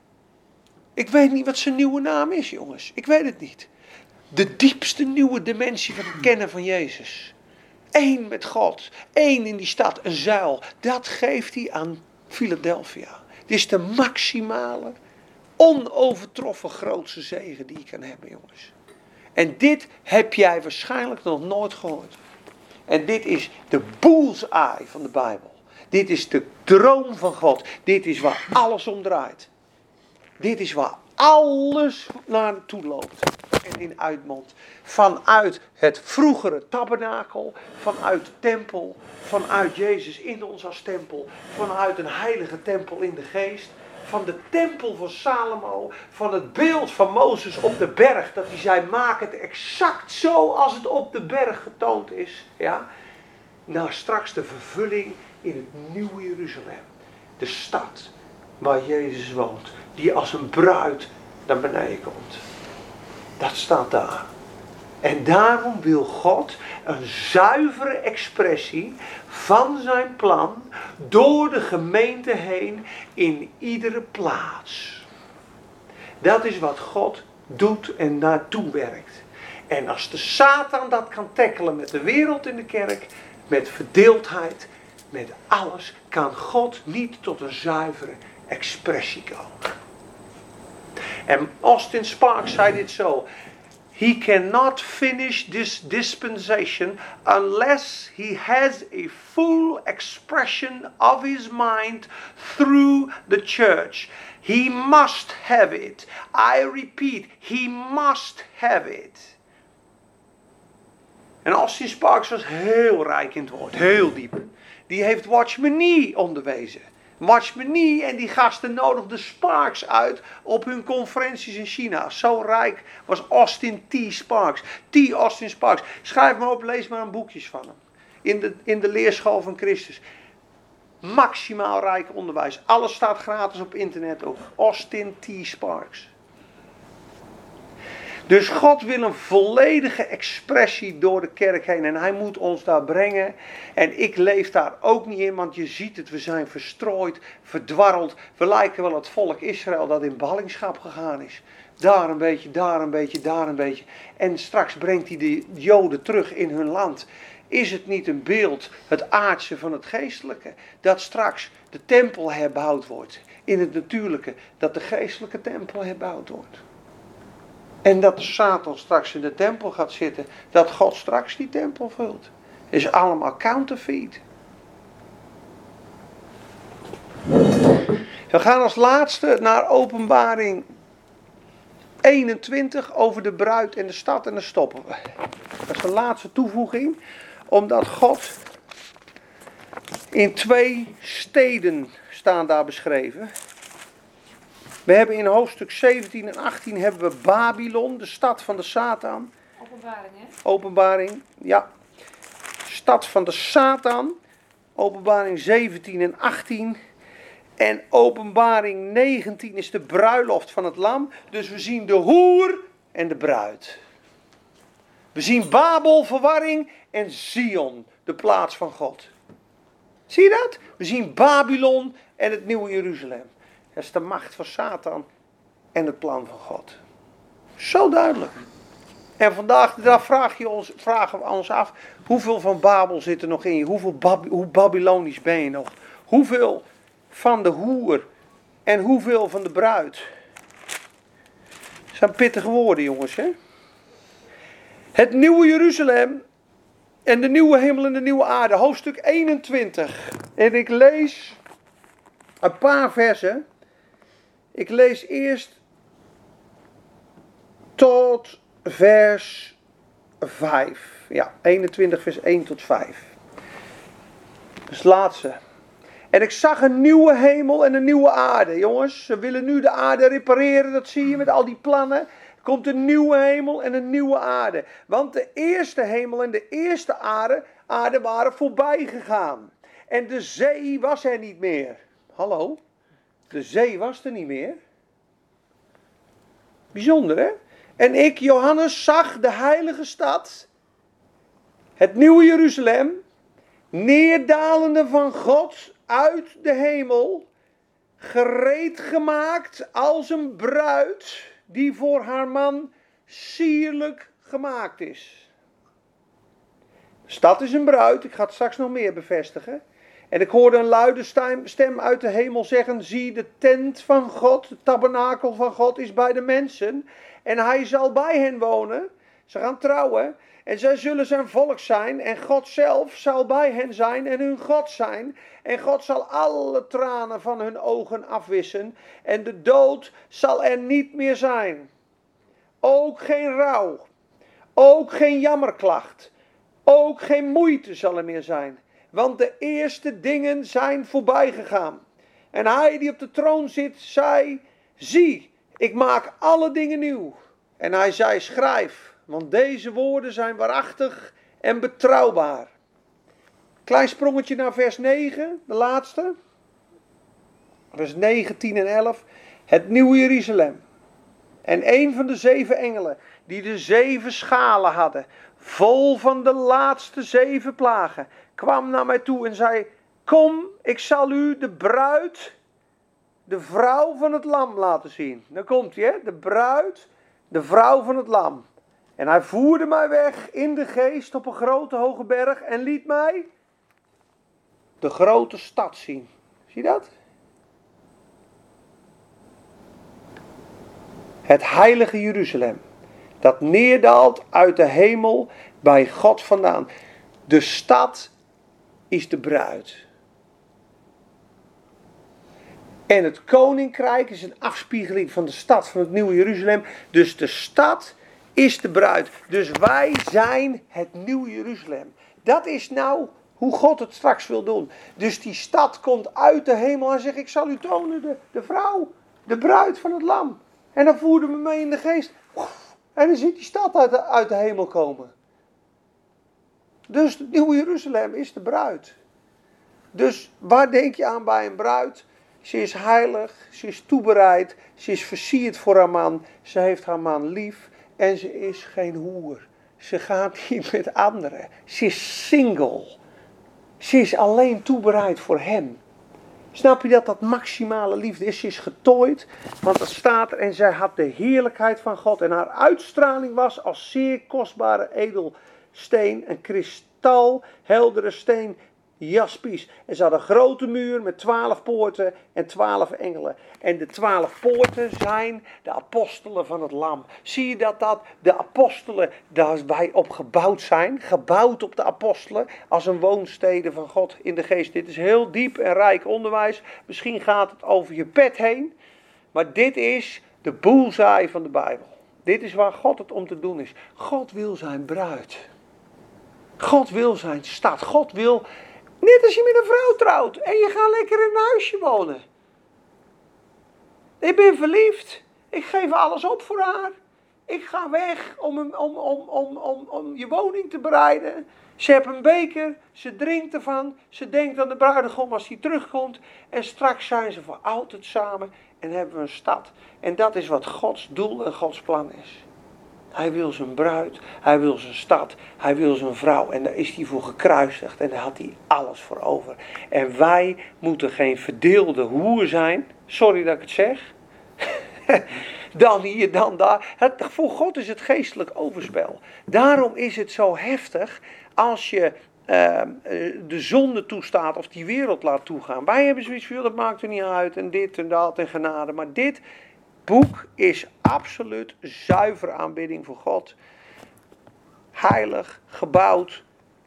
Ik weet niet wat zijn nieuwe naam is, jongens. Ik weet het niet. De diepste nieuwe dimensie van het kennen van Jezus. Eén met God. Eén in die stad. Een zuil. Dat geeft hij aan Philadelphia. Dit is de maximale, onovertroffen grootste zegen die je kan hebben, jongens. En dit heb jij waarschijnlijk nog nooit gehoord. En dit is de bullseye van de Bijbel. Dit is de droom van God. Dit is waar alles om draait. Dit is waar alles naartoe loopt en in uitmondt. Vanuit het vroegere tabernakel, vanuit de tempel, vanuit Jezus in ons als tempel, vanuit een heilige tempel in de geest, van de tempel van Salomo, van het beeld van Mozes op de berg, dat hij zei, maak het exact zo als het op de berg getoond is. Ja? Nou, straks de vervulling in het nieuwe Jeruzalem, de stad waar Jezus woont, die als een bruid naar beneden komt. Dat staat daar. En daarom wil God een zuivere expressie van zijn plan door de gemeente heen in iedere plaats. Dat is wat God doet en naartoe werkt. En als de Satan dat kan tackelen met de wereld in de kerk, met verdeeldheid, met alles, kan God niet tot een zuivere expressie komen. En Austin Sparks zei dit zo. He cannot finish this dispensation unless he has a full expression of his mind through the church. He must have it. I repeat, he must have it. En Austin Sparks was heel rijk in het woord, heel diep. Die heeft Watchman Nee onderwezen. Watchman Nee en die gasten nodigden Sparks uit op hun conferenties in China. Zo rijk was Austin T. Sparks. T. Austin Sparks. Schrijf maar op, lees maar een boekjes van hem. In de leerschool van Christus. Maximaal rijk onderwijs. Alles staat gratis op internet ook. Austin T. Sparks. Dus God wil een volledige expressie door de kerk heen. En hij moet ons daar brengen. En ik leef daar ook niet in. Want je ziet het, we zijn verstrooid, verdwarreld. We lijken wel het volk Israël dat in ballingschap gegaan is. Daar een beetje, daar een beetje, daar een beetje. En straks brengt hij de Joden terug in hun land. Is het niet een beeld, het aardse van het geestelijke? Dat straks de tempel herbouwd wordt. In het natuurlijke, dat de geestelijke tempel herbouwd wordt. En dat de Satan straks in de tempel gaat zitten. Dat God straks die tempel vult. Is allemaal counterfeit. We gaan als laatste naar Openbaring 21 over de bruid en de stad. En dan stoppen we. Dat is de laatste toevoeging. Omdat God in 2 steden staan daar beschreven. We hebben in hoofdstuk 17 en 18 hebben we Babylon, de stad van de Satan. Openbaring, hè? Openbaring, ja. Stad van de Satan. Openbaring 17 en 18. En Openbaring 19 is de bruiloft van het lam. Dus we zien de hoer en de bruid. We zien Babel, verwarring, en Zion, de plaats van God. Zie je dat? We zien Babylon en het nieuwe Jeruzalem. Dat is de macht van Satan en het plan van God. Zo duidelijk. En vandaag de dag vragen we ons af, hoeveel van Babel zit er nog in je? Hoe Babylonisch ben je nog? Hoeveel van de hoer en hoeveel van de bruid? Dat zijn pittige woorden, jongens, hè? Het nieuwe Jeruzalem en de nieuwe hemel en de nieuwe aarde, hoofdstuk 21. En ik lees een paar versen. Ik lees eerst tot vers 5. Ja, 21 vers 1 tot 5. Dus het laatste. En ik zag een nieuwe hemel en een nieuwe aarde. Jongens, ze willen nu de aarde repareren. Dat zie je met al die plannen. Er komt een nieuwe hemel en een nieuwe aarde. Want de eerste hemel en de eerste aarde waren voorbij gegaan. En de zee was er niet meer. Hallo? De zee was er niet meer. Bijzonder, hè? En ik, Johannes, zag de heilige stad, het nieuwe Jeruzalem, neerdalende van God uit de hemel, gereed gemaakt als een bruid die voor haar man sierlijk gemaakt is. De stad is een bruid, ik ga het straks nog meer bevestigen. En ik hoorde een luide stem uit de hemel zeggen, zie, de tent van God, het tabernakel van God is bij de mensen. En hij zal bij hen wonen. Ze gaan trouwen. En zij zullen zijn volk zijn. En God zelf zal bij hen zijn en hun God zijn. En God zal alle tranen van hun ogen afwissen. En de dood zal er niet meer zijn. Ook geen rouw. Ook geen jammerklacht. Ook geen moeite zal er meer zijn. Want de eerste dingen zijn voorbij gegaan. En hij die op de troon zit, zei, zie, ik maak alle dingen nieuw. En hij zei, schrijf, want deze woorden zijn waarachtig en betrouwbaar. Klein sprongetje naar vers 9, de laatste. Vers 9, 10 en 11. Het nieuwe Jeruzalem. En een van de 7 engelen, die de 7 schalen hadden, vol van de laatste 7 plagen, kwam naar mij toe en zei, kom, ik zal u de bruid, de vrouw van het lam laten zien. Dan komt hij, hè? De bruid, de vrouw van het lam. En hij voerde mij weg in de geest op een grote hoge berg en liet mij de grote stad zien. Zie je dat? Het heilige Jeruzalem, dat neerdaalt uit de hemel bij God vandaan. De stad is de bruid. En het koninkrijk is een afspiegeling van de stad, van het nieuwe Jeruzalem. Dus de stad is de bruid. Dus wij zijn het nieuwe Jeruzalem. Dat is nou hoe God het straks wil doen. Dus die stad komt uit de hemel en zegt, ik zal u tonen de vrouw, de bruid van het lam. En dan voerde me mee in de geest. En dan ziet die stad uit de hemel komen. Dus het nieuwe Jeruzalem is de bruid. Dus waar denk je aan bij een bruid? Ze is heilig, ze is toebereid, ze is versierd voor haar man, ze heeft haar man lief en ze is geen hoer. Ze gaat niet met anderen. Ze is single. Ze is alleen toebereid voor hem. Snap je dat maximale liefde is? Ze is getooid, want er staat er en zij had de heerlijkheid van God en haar uitstraling was als zeer kostbare edelsteen, een kristalheldere steen, jaspies. En ze had een grote muur met 12 poorten en 12 engelen. En de 12 poorten zijn de apostelen van het lam. Zie je dat de apostelen daar wij op gebouwd zijn? Gebouwd op de apostelen als een woonstede van God in de geest. Dit is heel diep en rijk onderwijs. Misschien gaat het over je pet heen. Maar dit is de bullseye van de Bijbel. Dit is waar God het om te doen is. God wil zijn bruid. God wil zijn stad. God wil... Net als je met een vrouw trouwt en je gaat lekker in een huisje wonen. Ik ben verliefd. Ik geef alles op voor haar. Ik ga weg om je woning te bereiden. Ze heeft een beker. Ze drinkt ervan. Ze denkt aan de bruidegom als hij terugkomt. En straks zijn ze voor altijd samen en hebben we een stad. En dat is wat Gods doel en Gods plan is. Hij wil zijn bruid, hij wil zijn stad, hij wil zijn vrouw. En daar is hij voor gekruisigd en daar had hij alles voor over. En wij moeten geen verdeelde hoer zijn. Sorry dat ik het zeg. Dan hier, dan daar. Voor God is het geestelijk overspel. Daarom is het zo heftig als je de zonde toestaat of die wereld laat toegaan. Wij hebben zoiets van, dat maakt er niet uit en dit en dat en genade. Maar dit boek is absoluut zuivere aanbidding voor God. Heilig, gebouwd.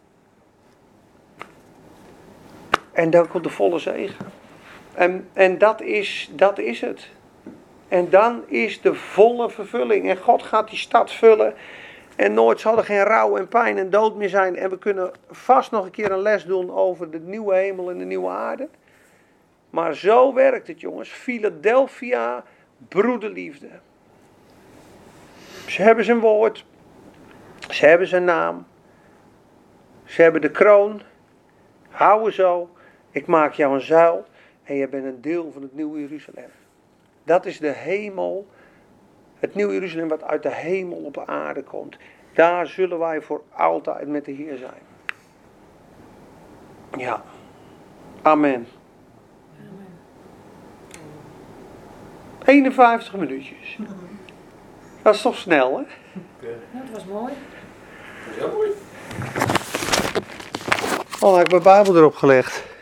En dan komt de volle zegen. En dat is het. En dan is de volle vervulling. En God gaat die stad vullen. En nooit zal er geen rouw en pijn en dood meer zijn. En we kunnen vast nog een keer een les doen over de nieuwe hemel en de nieuwe aarde. Maar zo werkt het, jongens. Philadelphia, broederliefde. Ze hebben zijn woord. Ze hebben zijn naam. Ze hebben de kroon. Hou zo. Ik maak jou een zuil. En je bent een deel van het nieuwe Jeruzalem. Dat is de hemel. Het nieuwe Jeruzalem wat uit de hemel op aarde komt. Daar zullen wij voor altijd met de Heer zijn. Ja. Amen. 51 minuutjes. Dat is toch snel, hè? Ja, dat was mooi. Dat is heel mooi. Oh, ik heb mijn Bijbel erop gelegd.